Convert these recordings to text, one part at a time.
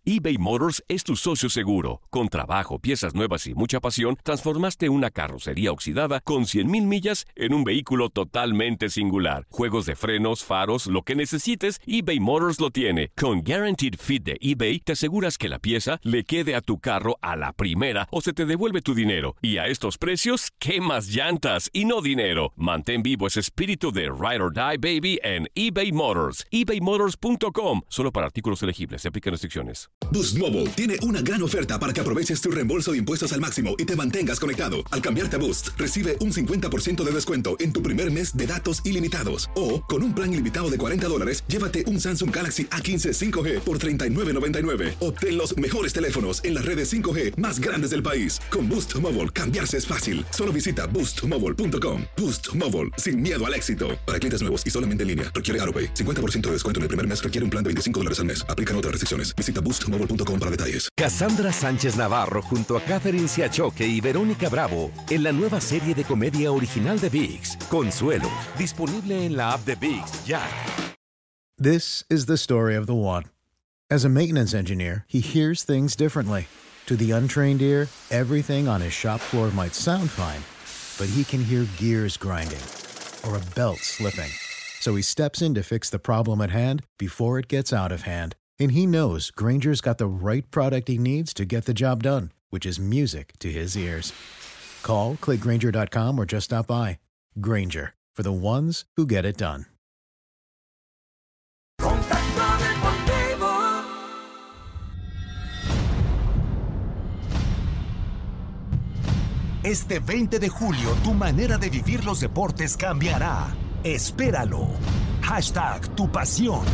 eBay Motors es tu socio seguro. Con trabajo, piezas nuevas y mucha pasión, transformaste una carrocería oxidada con 100,000 millas en un vehículo totalmente singular. Juegos de frenos, faros, lo que necesites, eBay Motors lo tiene. Con Guaranteed Fit de eBay, te aseguras que la pieza le quede a tu carro a la primera o se te devuelve tu dinero. Y a estos precios, ¿qué más llantas y no dinero? Mantén vivo ese espíritu de Ride or Die, baby, en eBay Motors. ebaymotors.com. Solo para artículos elegibles. Se aplican restricciones. Boost Mobile tiene una gran oferta para que aproveches tu reembolso de impuestos al máximo y te mantengas conectado. Al cambiarte a Boost, recibe un 50% de descuento en tu primer mes de datos ilimitados. O, con un plan ilimitado de $40, llévate un Samsung Galaxy A15 5G por $39.99. Obtén los mejores teléfonos en las redes 5G más grandes del país. Con Boost Mobile, cambiarse es fácil. Solo visita boostmobile.com. Boost Mobile, sin miedo al éxito. Para clientes nuevos y solamente en línea, requiere AutoPay. 50% de descuento en el primer mes requiere un plan de $25 al mes. Aplican otras restricciones. Visita boostmobile.com para detalles. Cassandra Sánchez Navarro junto a Catherine Siachoque y Verónica Bravo en la nueva serie de comedia original de ViX, Consuelo, disponible en la app de ViX ya. This is the story of the one. As a maintenance engineer, he hears things differently. To the untrained ear, everything on his shop floor might sound fine, but he can hear gears grinding or a belt slipping. So he steps in to fix the problem at hand before it gets out of hand. And he knows Grainger's got the right product he needs to get the job done, which is music to his ears. Call, click Grainger.com, or just stop by. Grainger, for the ones who get it done. Este 20 de julio, tu manera de vivir los deportes cambiará. Espéralo. #tu pasión.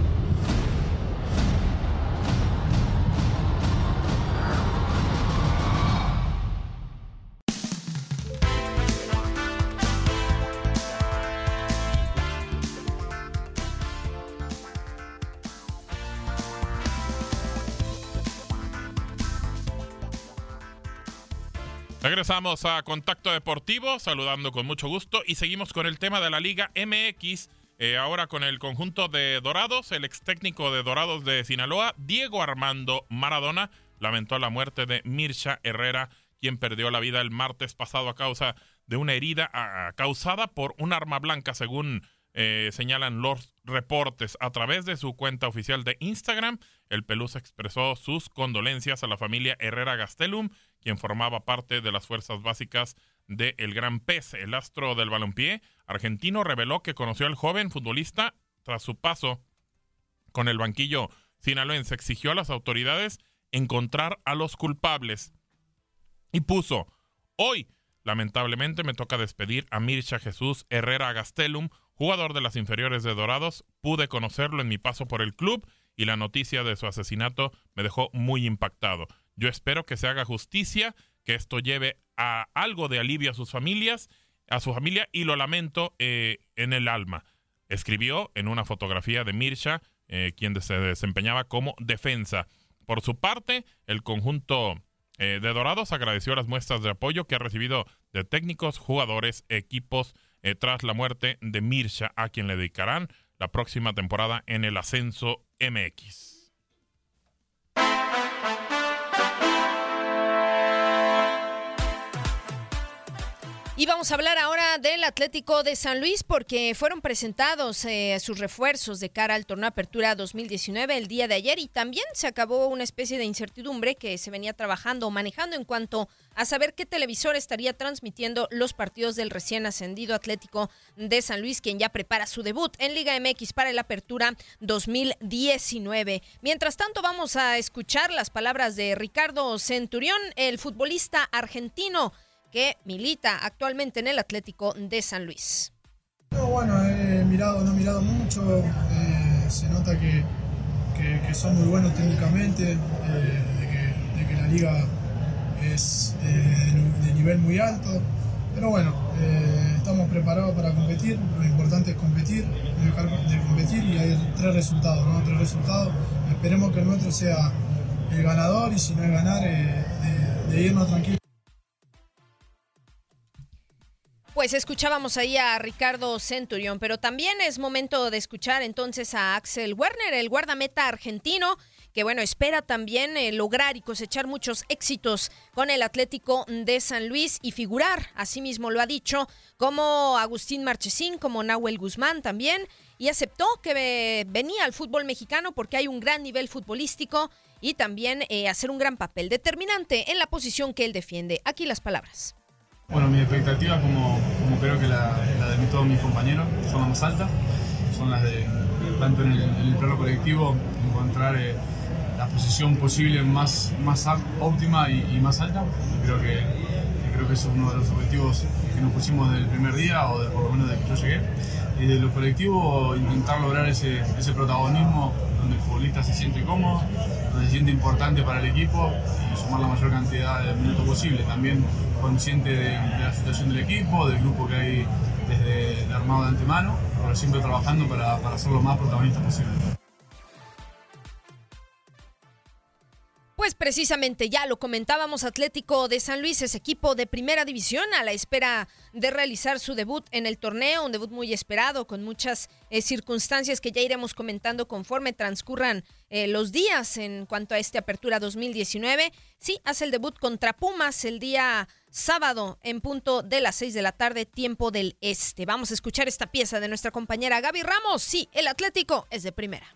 Regresamos a Contacto Deportivo, saludando con mucho gusto y seguimos con el tema de la Liga MX, ahora con el conjunto de Dorados. El ex técnico de Dorados de Sinaloa, Diego Armando Maradona, lamentó la muerte de Mirsha Herrera, quien perdió la vida el martes pasado a causa de una herida causada por un arma blanca, según señalan los reportes. A través de su cuenta oficial de Instagram, el Pelusa expresó sus condolencias a la familia Herrera Gastelum, quien formaba parte de las fuerzas básicas de El Gran Pez. El astro del balompié argentino reveló que conoció al joven futbolista tras su paso con el banquillo sinaloense. Exigió a las autoridades encontrar a los culpables y puso: hoy, lamentablemente, me toca despedir a Mirsha Jesús Herrera Gastelum, jugador de las inferiores de Dorados. Pude conocerlo en mi paso por el club y la noticia de su asesinato me dejó muy impactado. Yo espero que se haga justicia, que esto lleve a algo de alivio a sus familias, a su familia, y lo lamento en el alma. Escribió en una fotografía de Mirsha, quien se desempeñaba como defensa. Por su parte, el conjunto de Dorados agradeció las muestras de apoyo que ha recibido de técnicos, jugadores, equipos tras la muerte de Mirsha, a quien le dedicarán la próxima temporada en el Ascenso MX. Y vamos a hablar ahora del Atlético de San Luis, porque fueron presentados sus refuerzos de cara al torneo Apertura 2019 el día de ayer, y también se acabó una especie de incertidumbre que se venía trabajando o manejando en cuanto a saber qué televisor estaría transmitiendo los partidos del recién ascendido Atlético de San Luis, quien ya prepara su debut en Liga MX para el Apertura 2019. Mientras tanto, vamos a escuchar las palabras de Ricardo Centurión, el futbolista argentino que milita actualmente en el Atlético de San Luis. No, bueno, no he mirado mucho, se nota que son muy buenos técnicamente, de que la liga es de nivel muy alto, pero bueno, estamos preparados para competir. Lo importante es competir, no dejar de competir, y hay tres resultados, ¿no? Tres resultados. Esperemos que el nuestro sea el ganador, y si no es ganar, de irnos tranquilos. Pues escuchábamos ahí a Ricardo Centurión, pero también es momento de escuchar entonces a Axel Werner, el guardameta argentino, que bueno, espera también lograr y cosechar muchos éxitos con el Atlético de San Luis y figurar, así mismo lo ha dicho, como Agustín Marchesín, como Nahuel Guzmán también, y aceptó que venía al fútbol mexicano porque hay un gran nivel futbolístico y también hacer un gran papel determinante en la posición que él defiende. Aquí las palabras. Bueno, mis expectativas, como creo que la de todos mis compañeros, son las más altas, son las de, tanto en el plano colectivo, encontrar la posición posible más óptima y más alta. Creo que eso es uno de los objetivos que nos pusimos desde el primer día, o por lo menos desde que yo llegué. Y de lo colectivo, intentar lograr ese protagonismo donde el futbolista se siente cómodo, donde se siente importante para el equipo y sumar la mayor cantidad de minutos posible. También consciente de la situación del equipo, del grupo que hay desde el armado de antemano, pero siempre trabajando para ser lo más protagonista posible. Pues precisamente ya lo comentábamos, Atlético de San Luis es equipo de primera división a la espera de realizar su debut en el torneo, un debut muy esperado con muchas circunstancias que ya iremos comentando conforme transcurran los días en cuanto a esta apertura 2019. Sí, hace el debut contra Pumas el día sábado en punto de las 6 de la tarde, tiempo del este. Vamos a escuchar esta pieza de nuestra compañera Gaby Ramos. Sí, el Atlético es de primera.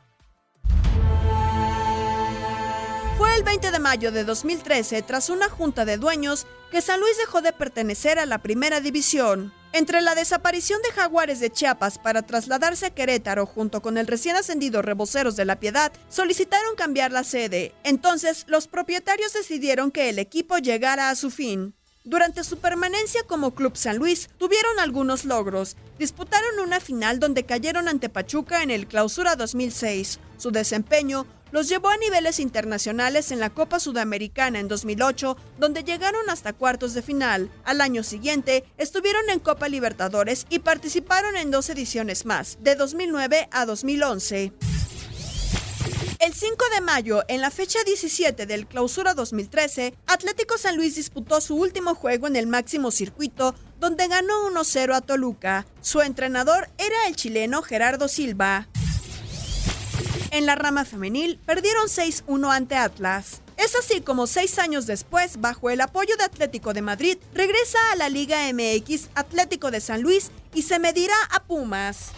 Fue el 20 de mayo de 2013, tras una junta de dueños, que San Luis dejó de pertenecer a la primera división. Entre la desaparición de Jaguares de Chiapas para trasladarse a Querétaro junto con el recién ascendido Reboceros de la Piedad, solicitaron cambiar la sede. Entonces, los propietarios decidieron que el equipo llegara a su fin. Durante su permanencia como Club San Luis, tuvieron algunos logros. Disputaron una final donde cayeron ante Pachuca en el Clausura 2006. Su desempeño los llevó a niveles internacionales en la Copa Sudamericana en 2008, donde llegaron hasta cuartos de final. Al año siguiente, estuvieron en Copa Libertadores y participaron en 2 ediciones más, de 2009 a 2011. El 5 de mayo, en la fecha 17 del Clausura 2013, Atlético San Luis disputó su último juego en el máximo circuito, donde ganó 1-0 a Toluca. Su entrenador era el chileno Gerardo Silva. En la rama femenil, perdieron 6-1 ante Atlas. Es así como 6 años después, bajo el apoyo de Atlético de Madrid, regresa a la Liga MX Atlético de San Luis y se medirá a Pumas.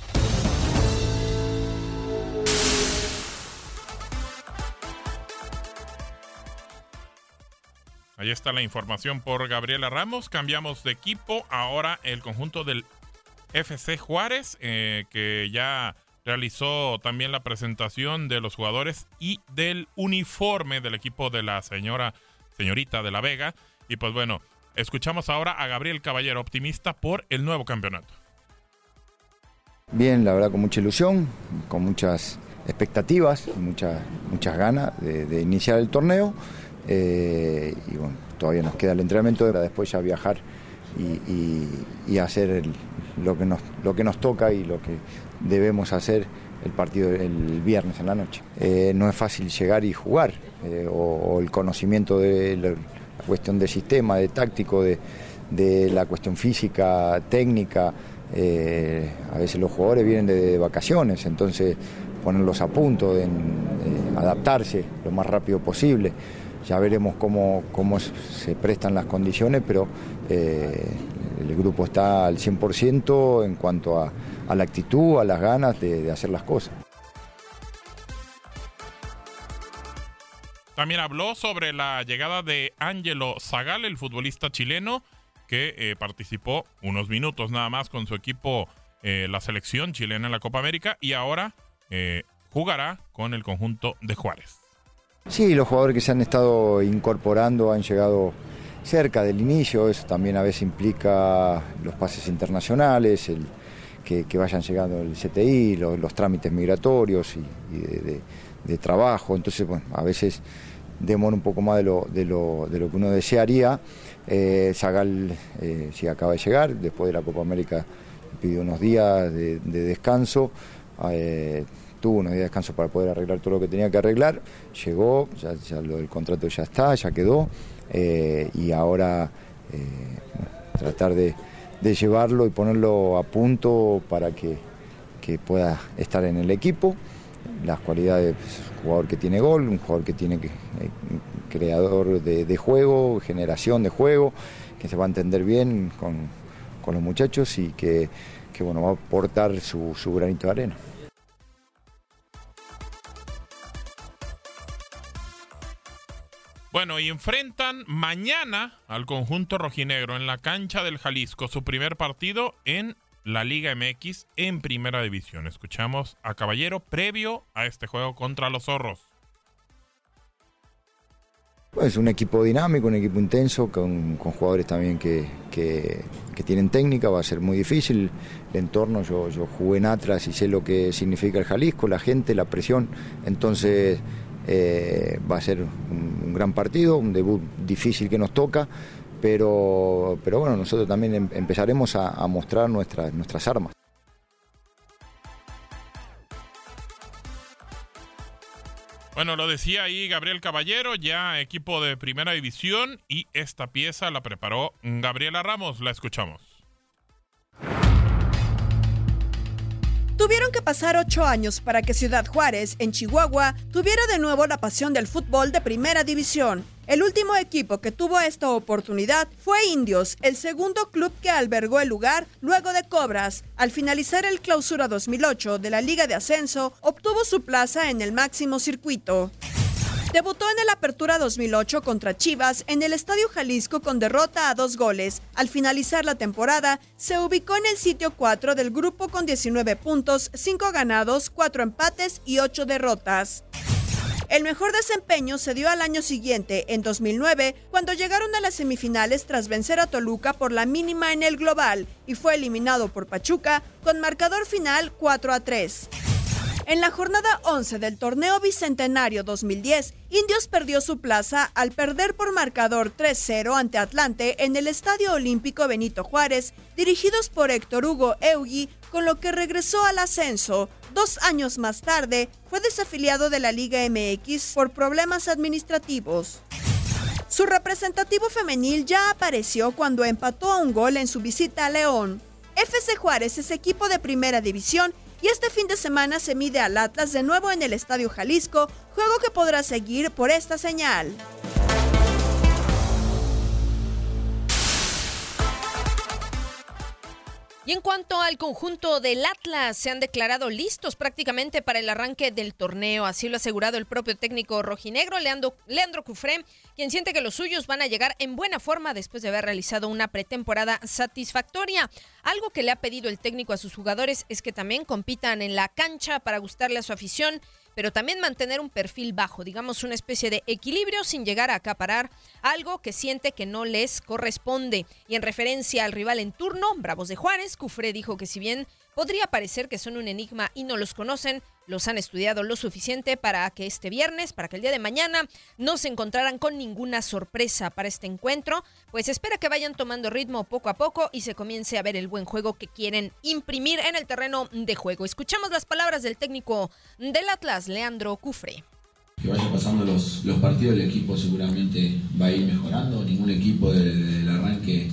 Ahí está la información por Gabriela Ramos. Cambiamos de equipo. Ahora el conjunto del FC Juárez, que ya realizó también la presentación de los jugadores y del uniforme del equipo de la señorita de la Vega. Y pues bueno, escuchamos ahora a Gabriel Caballero, optimista por el nuevo campeonato. Bien, la verdad, con mucha ilusión, con muchas expectativas, muchas ganas de iniciar el torneo. Y bueno, todavía nos queda el entrenamiento para después ya viajar y hacer lo que nos toca y lo que debemos hacer el partido el viernes en la noche. No es fácil llegar y jugar, o el conocimiento de la cuestión de sistema, de táctico, de la cuestión física, técnica. A veces los jugadores vienen de vacaciones, entonces ponerlos a punto, adaptarse lo más rápido posible. Ya veremos cómo se prestan las condiciones, pero el grupo está al 100% en cuanto a la actitud, a las ganas de hacer las cosas. También habló sobre la llegada de Ángelo Zagal, el futbolista chileno, que participó unos minutos nada más con su equipo, la selección chilena en la Copa América, y ahora jugará con el conjunto de Juárez. Sí, los jugadores que se han estado incorporando han llegado cerca del inicio. Eso también a veces implica los pases internacionales, que vayan llegando el CTI, los trámites migratorios y de trabajo. Entonces, bueno, a veces demora un poco más de lo que uno desearía. Zagal sí acaba de llegar, después de la Copa América pidió unos días de descanso. Tuvo unos días de descanso para poder arreglar todo lo que tenía que arreglar. Llegó, ya el contrato ya está, ya quedó. Y ahora tratar de llevarlo y ponerlo a punto para que pueda estar en el equipo. las cualidades, un jugador que tiene gol, un jugador que tiene creador de juego, generación de juego, que se va a entender bien con los muchachos y que bueno, va a aportar su granito de arena. Bueno, y enfrentan mañana al conjunto rojinegro en la cancha del Jalisco, su primer partido en la Liga MX en Primera División. Escuchamos a Caballero previo a este juego contra los Zorros. Es un equipo dinámico, un equipo intenso, con jugadores también que tienen técnica. Va a ser muy difícil el entorno. Yo jugué en Atlas y sé lo que significa el Jalisco, la gente, la presión. Entonces va a ser un gran partido, un debut difícil que nos toca, pero bueno, nosotros también empezaremos a mostrar nuestras armas. Bueno, lo decía ahí Gabriel Caballero, ya equipo de Primera División, y esta pieza la preparó Gabriela Ramos. La escuchamos. Tuvieron que pasar 8 años para que Ciudad Juárez, en Chihuahua, tuviera de nuevo la pasión del fútbol de Primera División. El último equipo que tuvo esta oportunidad fue Indios, el segundo club que albergó el lugar luego de Cobras. Al finalizar el Clausura 2008 de la Liga de Ascenso, obtuvo su plaza en el máximo circuito. Debutó en el Apertura 2008 contra Chivas en el Estadio Jalisco con derrota a 2 goles. Al finalizar la temporada, se ubicó en el sitio 4 del grupo con 19 puntos, 5 ganados, 4 empates y 8 derrotas. El mejor desempeño se dio al año siguiente, en 2009, cuando llegaron a las semifinales tras vencer a Toluca por la mínima en el global y fue eliminado por Pachuca con marcador final 4-3. En la jornada 11 del torneo Bicentenario 2010, Indios perdió su plaza al perder por marcador 3-0 ante Atlante en el Estadio Olímpico Benito Juárez, dirigidos por Héctor Hugo Eugui, con lo que regresó al ascenso. 2 años más tarde, fue desafiliado de la Liga MX por problemas administrativos. Su representativo femenil ya apareció cuando empató a 1 gol en su visita a León. FC Juárez es equipo de Primera División y este fin de semana se mide al Atlas de nuevo en el Estadio Jalisco, juego que podrá seguir por esta señal. Y en cuanto al conjunto del Atlas, se han declarado listos prácticamente para el arranque del torneo. Así lo ha asegurado el propio técnico rojinegro, Leandro Cufré, quien siente que los suyos van a llegar en buena forma después de haber realizado una pretemporada satisfactoria. Algo que le ha pedido el técnico a sus jugadores es que también compitan en la cancha para gustarle a su afición, pero también mantener un perfil bajo, digamos una especie de equilibrio sin llegar a acaparar algo que siente que no les corresponde. Y en referencia al rival en turno, Bravos de Juárez, Cufré dijo que si bien podría parecer que son un enigma y no los conocen, los han estudiado lo suficiente para que este viernes, para que el día de mañana no se encontraran con ninguna sorpresa para este encuentro, pues espera que vayan tomando ritmo poco a poco y se comience a ver el buen juego que quieren imprimir en el terreno de juego. Escuchamos las palabras del técnico del Atlas, Leandro Cufré. Que vaya pasando los partidos, el equipo seguramente va a ir mejorando. Ningún equipo del arranque,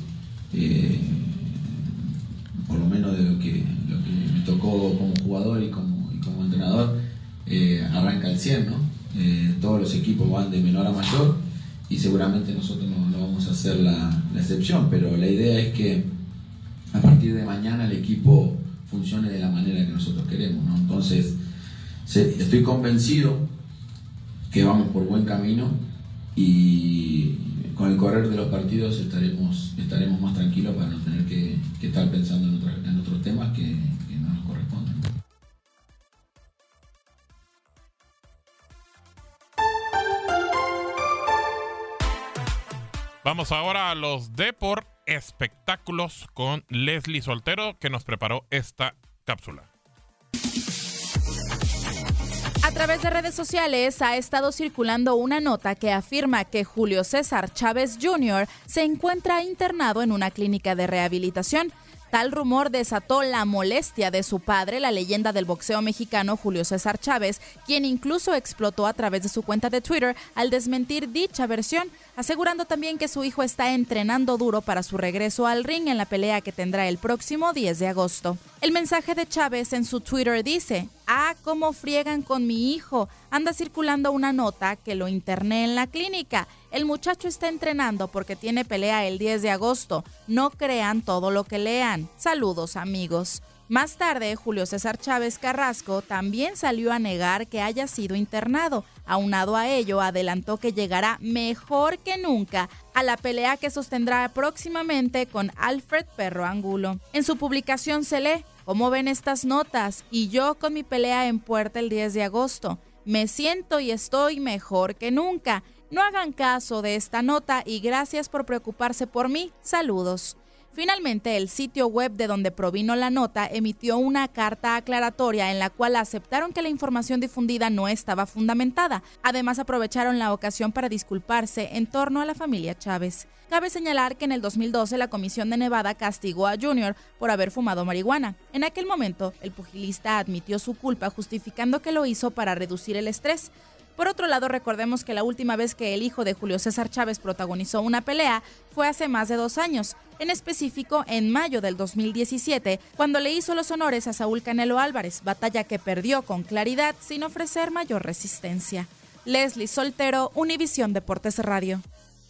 por lo menos de lo que me tocó como jugador y como entrenador, arranca al 100, ¿no? Todos los equipos van de menor a mayor y seguramente nosotros no vamos a hacer la excepción, pero la idea es que a partir de mañana el equipo funcione de la manera que nosotros queremos, ¿no? Entonces, estoy convencido que vamos por buen camino y con el correr de los partidos estaremos más tranquilos para no tener que estar pensando en otros temas que no nos corresponden. Vamos ahora a los Depor Espectáculos con Leslie Soltero, que nos preparó esta cápsula. A través de redes sociales ha estado circulando una nota que afirma que Julio César Chávez Jr. se encuentra internado en una clínica de rehabilitación. Tal rumor desató la molestia de su padre, la leyenda del boxeo mexicano Julio César Chávez, quien incluso explotó a través de su cuenta de Twitter al desmentir dicha versión, asegurando también que su hijo está entrenando duro para su regreso al ring en la pelea que tendrá el próximo 10 de agosto. El mensaje de Chávez en su Twitter dice: cómo friegan con mi hijo. Anda circulando una nota que lo interné en la clínica. El muchacho está entrenando porque tiene pelea el 10 de agosto. No crean todo lo que lean. Saludos, amigos. Más tarde, Julio César Chávez Carrasco también salió a negar que haya sido internado. Aunado a ello, adelantó que llegará mejor que nunca a la pelea que sostendrá próximamente con Alfred Perro Angulo. En su publicación se lee: ¿cómo ven estas notas? Y yo con mi pelea en puerta el 10 de agosto. Me siento y estoy mejor que nunca. No hagan caso de esta nota y gracias por preocuparse por mí. Saludos. Finalmente, el sitio web de donde provino la nota emitió una carta aclaratoria en la cual aceptaron que la información difundida no estaba fundamentada. Además, aprovecharon la ocasión para disculparse en torno a la familia Chávez. Cabe señalar que en el 2012 la Comisión de Nevada castigó a Junior por haber fumado marihuana. En aquel momento, el pugilista admitió su culpa, justificando que lo hizo para reducir el estrés. Por otro lado, recordemos que la última vez que el hijo de Julio César Chávez protagonizó una pelea fue hace más de 2 años, en específico en mayo del 2017, cuando le hizo los honores a Saúl Canelo Álvarez, batalla que perdió con claridad sin ofrecer mayor resistencia. Leslie Soltero, Univisión Deportes Radio.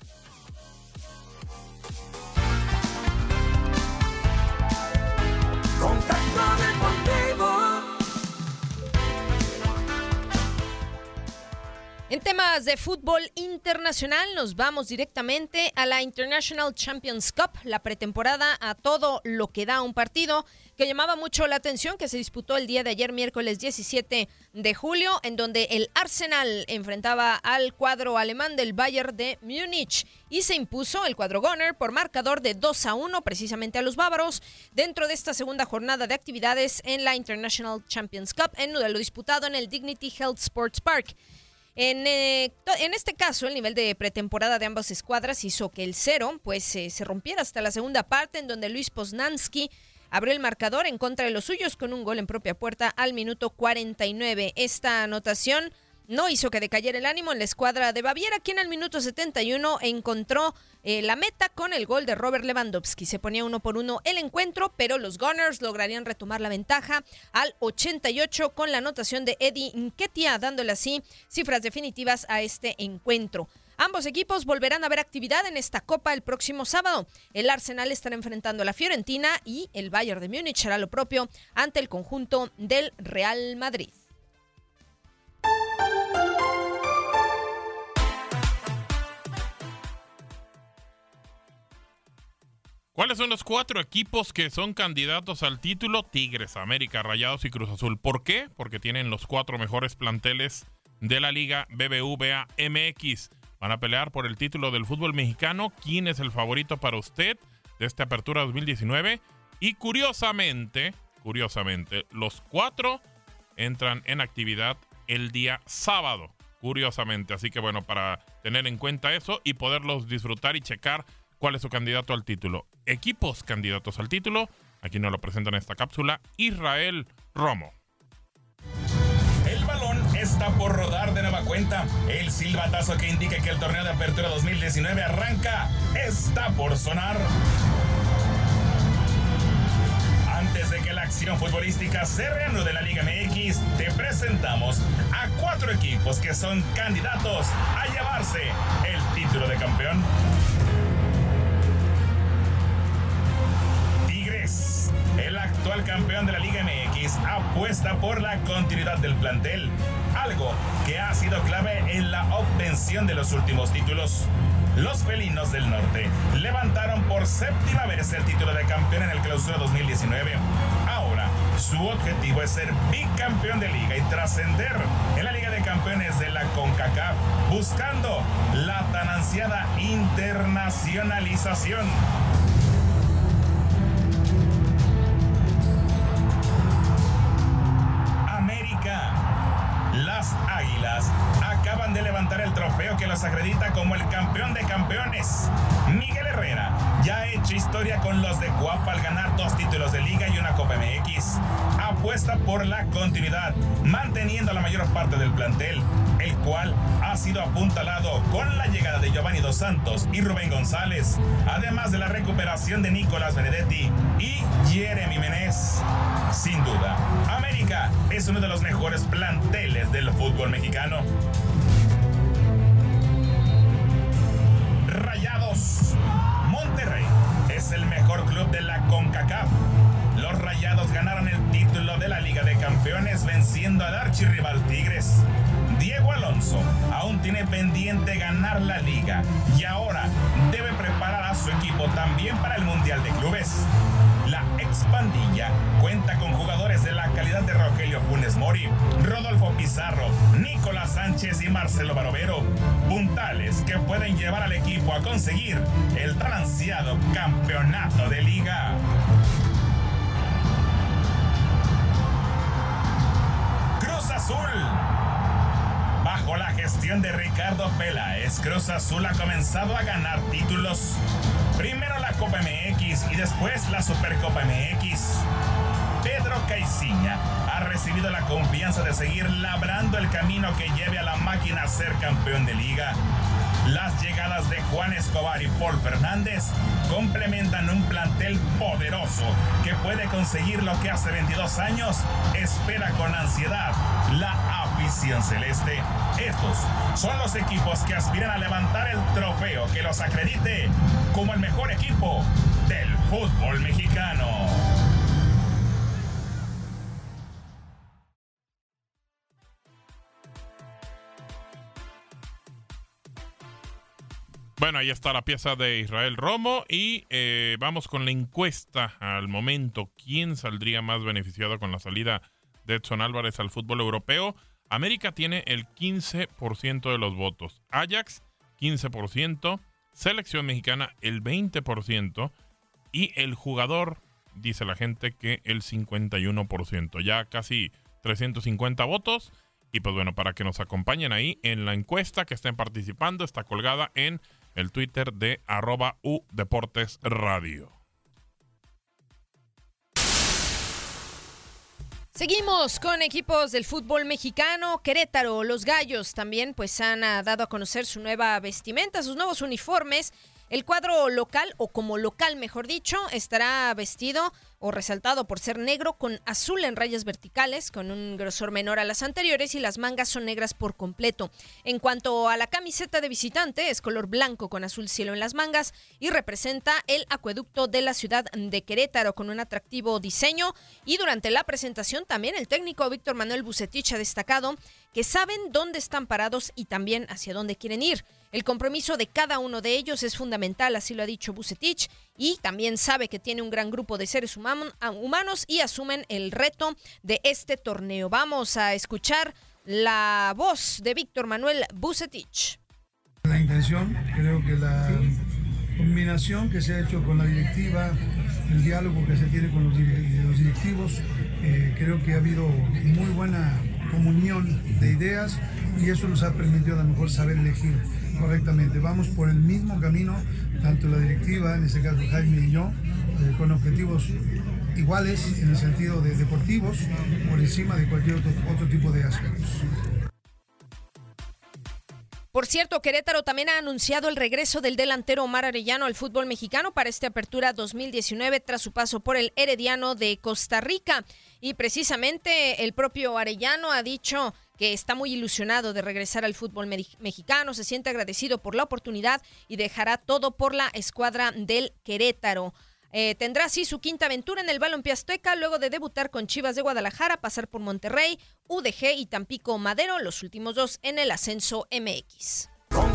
En temas de fútbol internacional, nos vamos directamente a la International Champions Cup, la pretemporada a todo lo que da, un partido que llamaba mucho la atención, que se disputó el día de ayer, miércoles 17 de julio, en donde el Arsenal enfrentaba al cuadro alemán del Bayern de Múnich y se impuso el cuadro Gunner por marcador de 2-1 precisamente a los bávaros dentro de esta segunda jornada de actividades en la International Champions Cup, en lo disputado en el Dignity Health Sports Park. En este caso, el nivel de pretemporada de ambas escuadras hizo que el cero se rompiera hasta la segunda parte, en donde Luis Poznanski abrió el marcador en contra de los suyos con un gol en propia puerta al minuto 49. Esta anotación no hizo que decayera el ánimo en la escuadra de Baviera, quien al minuto 71 encontró la meta con el gol de Robert Lewandowski. Se ponía 1-1 el encuentro, pero los Gunners lograrían retomar la ventaja al 88 con la anotación de Eddie Nketiah, dándole así cifras definitivas a este encuentro. Ambos equipos volverán a ver actividad en esta copa el próximo sábado. El Arsenal estará enfrentando a la Fiorentina y el Bayern de Múnich hará lo propio ante el conjunto del Real Madrid. ¿Cuáles son los 4 equipos que son candidatos al título? Tigres, América, Rayados y Cruz Azul. ¿Por qué? Porque tienen los 4 mejores planteles de la Liga BBVA MX. Van a pelear por el título del fútbol mexicano. ¿Quién es el favorito para usted de esta apertura 2019? Y curiosamente, los 4 entran en actividad el día sábado. Curiosamente, así que bueno, para tener en cuenta eso y poderlos disfrutar y checar cuál es su candidato al título. Equipos candidatos al título, aquí nos lo presentan en esta cápsula, Israel Romo. El balón está por rodar de nueva cuenta. El silbatazo que indica que el torneo de apertura 2019 arranca está por sonar. Antes de que la acción futbolística se reanude en la Liga MX, te presentamos a 4 equipos que son candidatos a llevarse el título de campeón. Tigres, el actual campeón de la Liga MX, apuesta por la continuidad del plantel, algo que ha sido clave en la obtención de los últimos títulos. Los felinos del norte levantaron por 7ª vez el título de campeón en el Clausura 2019. Ahora, su objetivo es ser bicampeón de liga y trascender en la Liga de Campeones de la CONCACAF, buscando la tan ansiada internacionalización. Las Águilas acaban de levantar el trofeo que los acredita como el campeón de campeones. Miguel Herrera ya ha hecho historia con los de Cuapa al ganar 2 títulos de Liga y una Copa MX. Apuesta por la continuidad, manteniendo la mayor parte del plantel. el cual ha sido apuntalado con la llegada de Giovanni Dos Santos y Rubén González, además de la recuperación de Nicolás Benedetti y Jeremy Menez. Sin duda, América es uno de los mejores planteles del fútbol mexicano. Rayados. Monterrey es el mejor club de la CONCACAF. Los Rayados ganaron el título de la Liga de Campeones venciendo al archirrival Tigres. Diego Alonso aún tiene pendiente ganar la liga y ahora debe preparar a su equipo también para el Mundial de Clubes. La expandilla cuenta con jugadores de la calidad de Rogelio Funes Mori, Rodolfo Pizarro, Nicolás Sánchez y Marcelo Barovero, puntales que pueden llevar al equipo a conseguir el tan ansiado campeonato de liga. Cruz Azul. Bajo la gestión de Ricardo Peláez, Cruz Azul ha comenzado a ganar títulos. Primero la Copa MX y después la Supercopa MX. Pedro Caiciña ha recibido la confianza de seguir labrando el camino que lleve a la máquina a ser campeón de liga. Las llegadas de Juan Escobar y Paul Fernández complementan un plantel poderoso que puede conseguir lo que hace 22 años espera con ansiedad la afición celeste. Estos son los equipos que aspiran a levantar el trofeo que los acredite como el mejor equipo del fútbol mexicano. Bueno, ahí está la pieza de Israel Romo y vamos con la encuesta al momento. ¿Quién saldría más beneficiado con la salida de Edson Álvarez al fútbol europeo? América tiene el 15% de los votos, Ajax 15%, Selección Mexicana el 20% y el jugador, dice la gente, que el 51%. Ya casi 350 votos. Y pues bueno, para que nos acompañen ahí en la encuesta que estén participando, está colgada en el Twitter de @udeportesradio. Seguimos con equipos del fútbol mexicano. Querétaro, los Gallos también pues han dado a conocer su nueva vestimenta, sus nuevos uniformes. El cuadro local, o como local mejor dicho, estará vestido o resaltado por ser negro con azul en rayas verticales, con un grosor menor a las anteriores, y las mangas son negras por completo. En cuanto a la camiseta de visitante, es color blanco con azul cielo en las mangas y representa el acueducto de la ciudad de Querétaro con un atractivo diseño. Y durante la presentación también el técnico Víctor Manuel Bucetich ha destacado que saben dónde están parados y también hacia dónde quieren ir. El compromiso de cada uno de ellos es fundamental, así lo ha dicho Bucetich, y también sabe que tiene un gran grupo de seres humanos y asumen el reto de este torneo. Vamos a escuchar la voz de Víctor Manuel Bucetich. La intención, creo que la combinación que se ha hecho con la directiva, el diálogo que se tiene con los directivos, creo que ha habido muy buena comunión de ideas y eso nos ha permitido a lo mejor saber elegir correctamente. Vamos por el mismo camino, tanto la directiva, en este caso Jaime y yo, con objetivos iguales en el sentido de deportivos, por encima de cualquier otro tipo de aspectos. Por cierto, Querétaro también ha anunciado el regreso del delantero Omar Arellano al fútbol mexicano para esta apertura 2019 tras su paso por el Herediano de Costa Rica. Y precisamente el propio Arellano ha dicho que está muy ilusionado de regresar al fútbol mexicano, se siente agradecido por la oportunidad y dejará todo por la escuadra del Querétaro. Tendrá así su quinta aventura en el balompié azteca luego de debutar con Chivas de Guadalajara, pasar por Monterrey, UDG y Tampico Madero, los últimos dos en el ascenso MX.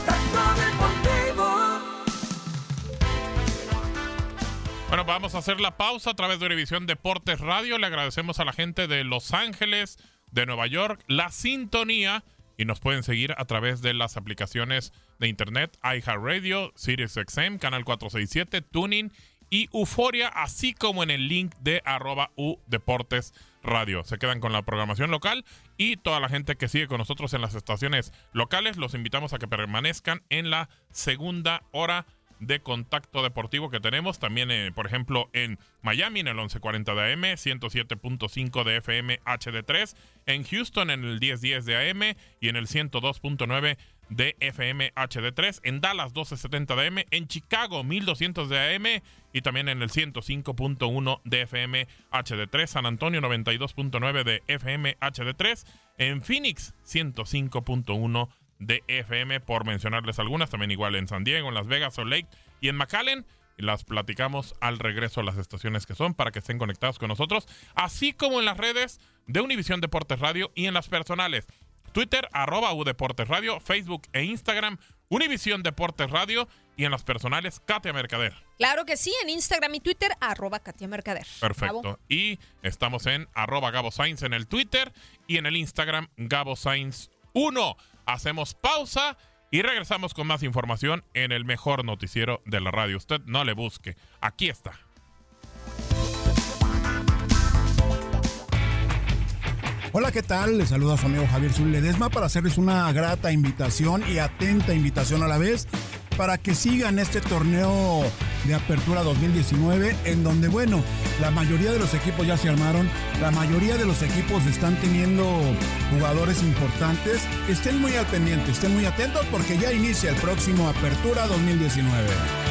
Bueno, vamos a hacer la pausa a través de Univisión Deportes Radio. Le agradecemos a la gente de Los Ángeles, de Nueva York, la sintonía, y nos pueden seguir a través de las aplicaciones de internet iHeartRadio, SiriusXM, Canal 467, TuneIn y Euforia, así como en el link de @udeportesradio. Se quedan con la programación local y toda la gente que sigue con nosotros en las estaciones locales, los invitamos a que permanezcan en la segunda hora de contacto deportivo que tenemos. También, por ejemplo, en Miami, en el 1140 de AM, 107.5 de FM HD3. En Houston, en el 1010 de AM y en el 102.9 de FM HD3. En Dallas, 1270 de AM. En Chicago, 1200 de AM y también en el 105.1 de FM HD3. San Antonio, 92.9 de FM HD3. En Phoenix, 105.1 de FM, por mencionarles algunas. También igual en San Diego, en Las Vegas, Salt Lake y en McAllen. Y las platicamos al regreso a las estaciones que son para que estén conectados con nosotros, así como en las redes de Univisión Deportes Radio y en las personales. Twitter, @UDeportes Radio, Facebook e Instagram, Univisión Deportes Radio, y en las personales, Katia Mercader. Claro que sí, en Instagram y Twitter, @Katia Mercader. Perfecto. Gabo. Y estamos en @Gabo Sainz en el Twitter y en el Instagram, Gabo Sainz 1. Hacemos pausa y regresamos con más información en el mejor noticiero de la radio. Usted no le busque. Aquí está. Hola, ¿qué tal? Les saluda a su amigo Javier Zul Ledesma para hacerles una grata invitación y atenta invitación a la vez para que sigan este torneo de Apertura 2019, en donde, bueno, la mayoría de los equipos ya se armaron, la mayoría de los equipos están teniendo jugadores importantes. Estén muy al pendiente, estén muy atentos porque ya inicia el próximo Apertura 2019.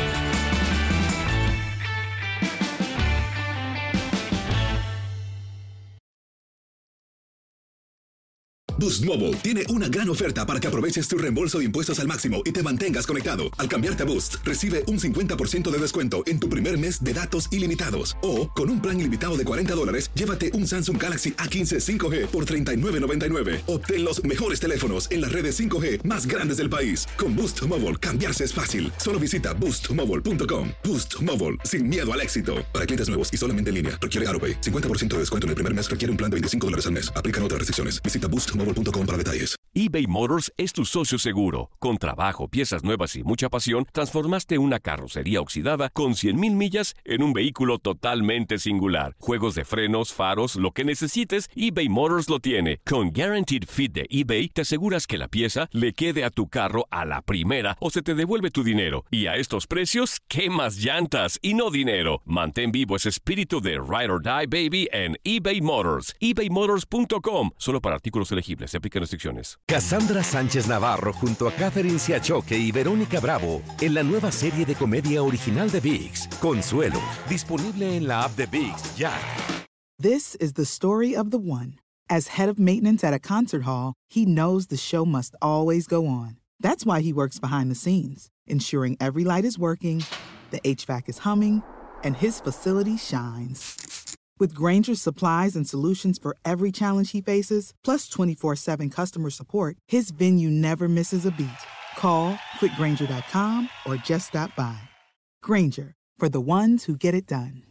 Boost Mobile tiene una gran oferta para que aproveches tu reembolso de impuestos al máximo y te mantengas conectado. Al cambiarte a Boost, recibe un 50% de descuento en tu primer mes de datos ilimitados. O, con un plan ilimitado de $40, llévate un Samsung Galaxy A15 5G por $39.99. Obtén los mejores teléfonos en las redes 5G más grandes del país. Con Boost Mobile, cambiarse es fácil. Solo visita boostmobile.com. Boost Mobile, sin miedo al éxito. Para clientes nuevos y solamente en línea, requiere AutoPay. 50% de descuento en el primer mes, requiere un plan de $25 al mes. Aplican otras restricciones. Visita boostmobile.com para detalles. eBay Motors es tu socio seguro. Con trabajo, piezas nuevas y mucha pasión, transformaste una carrocería oxidada con 100,000 millas en un vehículo totalmente singular. Juegos de frenos, faros, lo que necesites, eBay Motors lo tiene. Con Guaranteed Fit de eBay, te aseguras que la pieza le quede a tu carro a la primera o se te devuelve tu dinero. Y a estos precios, ¿qué más llantas y no dinero? Mantén vivo ese espíritu de Ride or Die, baby, en eBay Motors. ebaymotors.com. Solo para artículos elegibles. Se aplican restricciones. Cassandra Sánchez Navarro junto a Catherine Siachoque y Verónica Bravo en la nueva serie de comedia original de ViX, Consuelo, disponible en la app de ViX ya. This is the story of the one. As head of maintenance at a concert hall, he knows the show must always go on. That's why he works behind the scenes, ensuring every light is working, the HVAC is humming, and his facility shines. With Grainger's supplies and solutions for every challenge he faces, plus 24/7 customer support, his venue never misses a beat. Call quickgrainger.com or just stop by. Grainger, for the ones who get it done.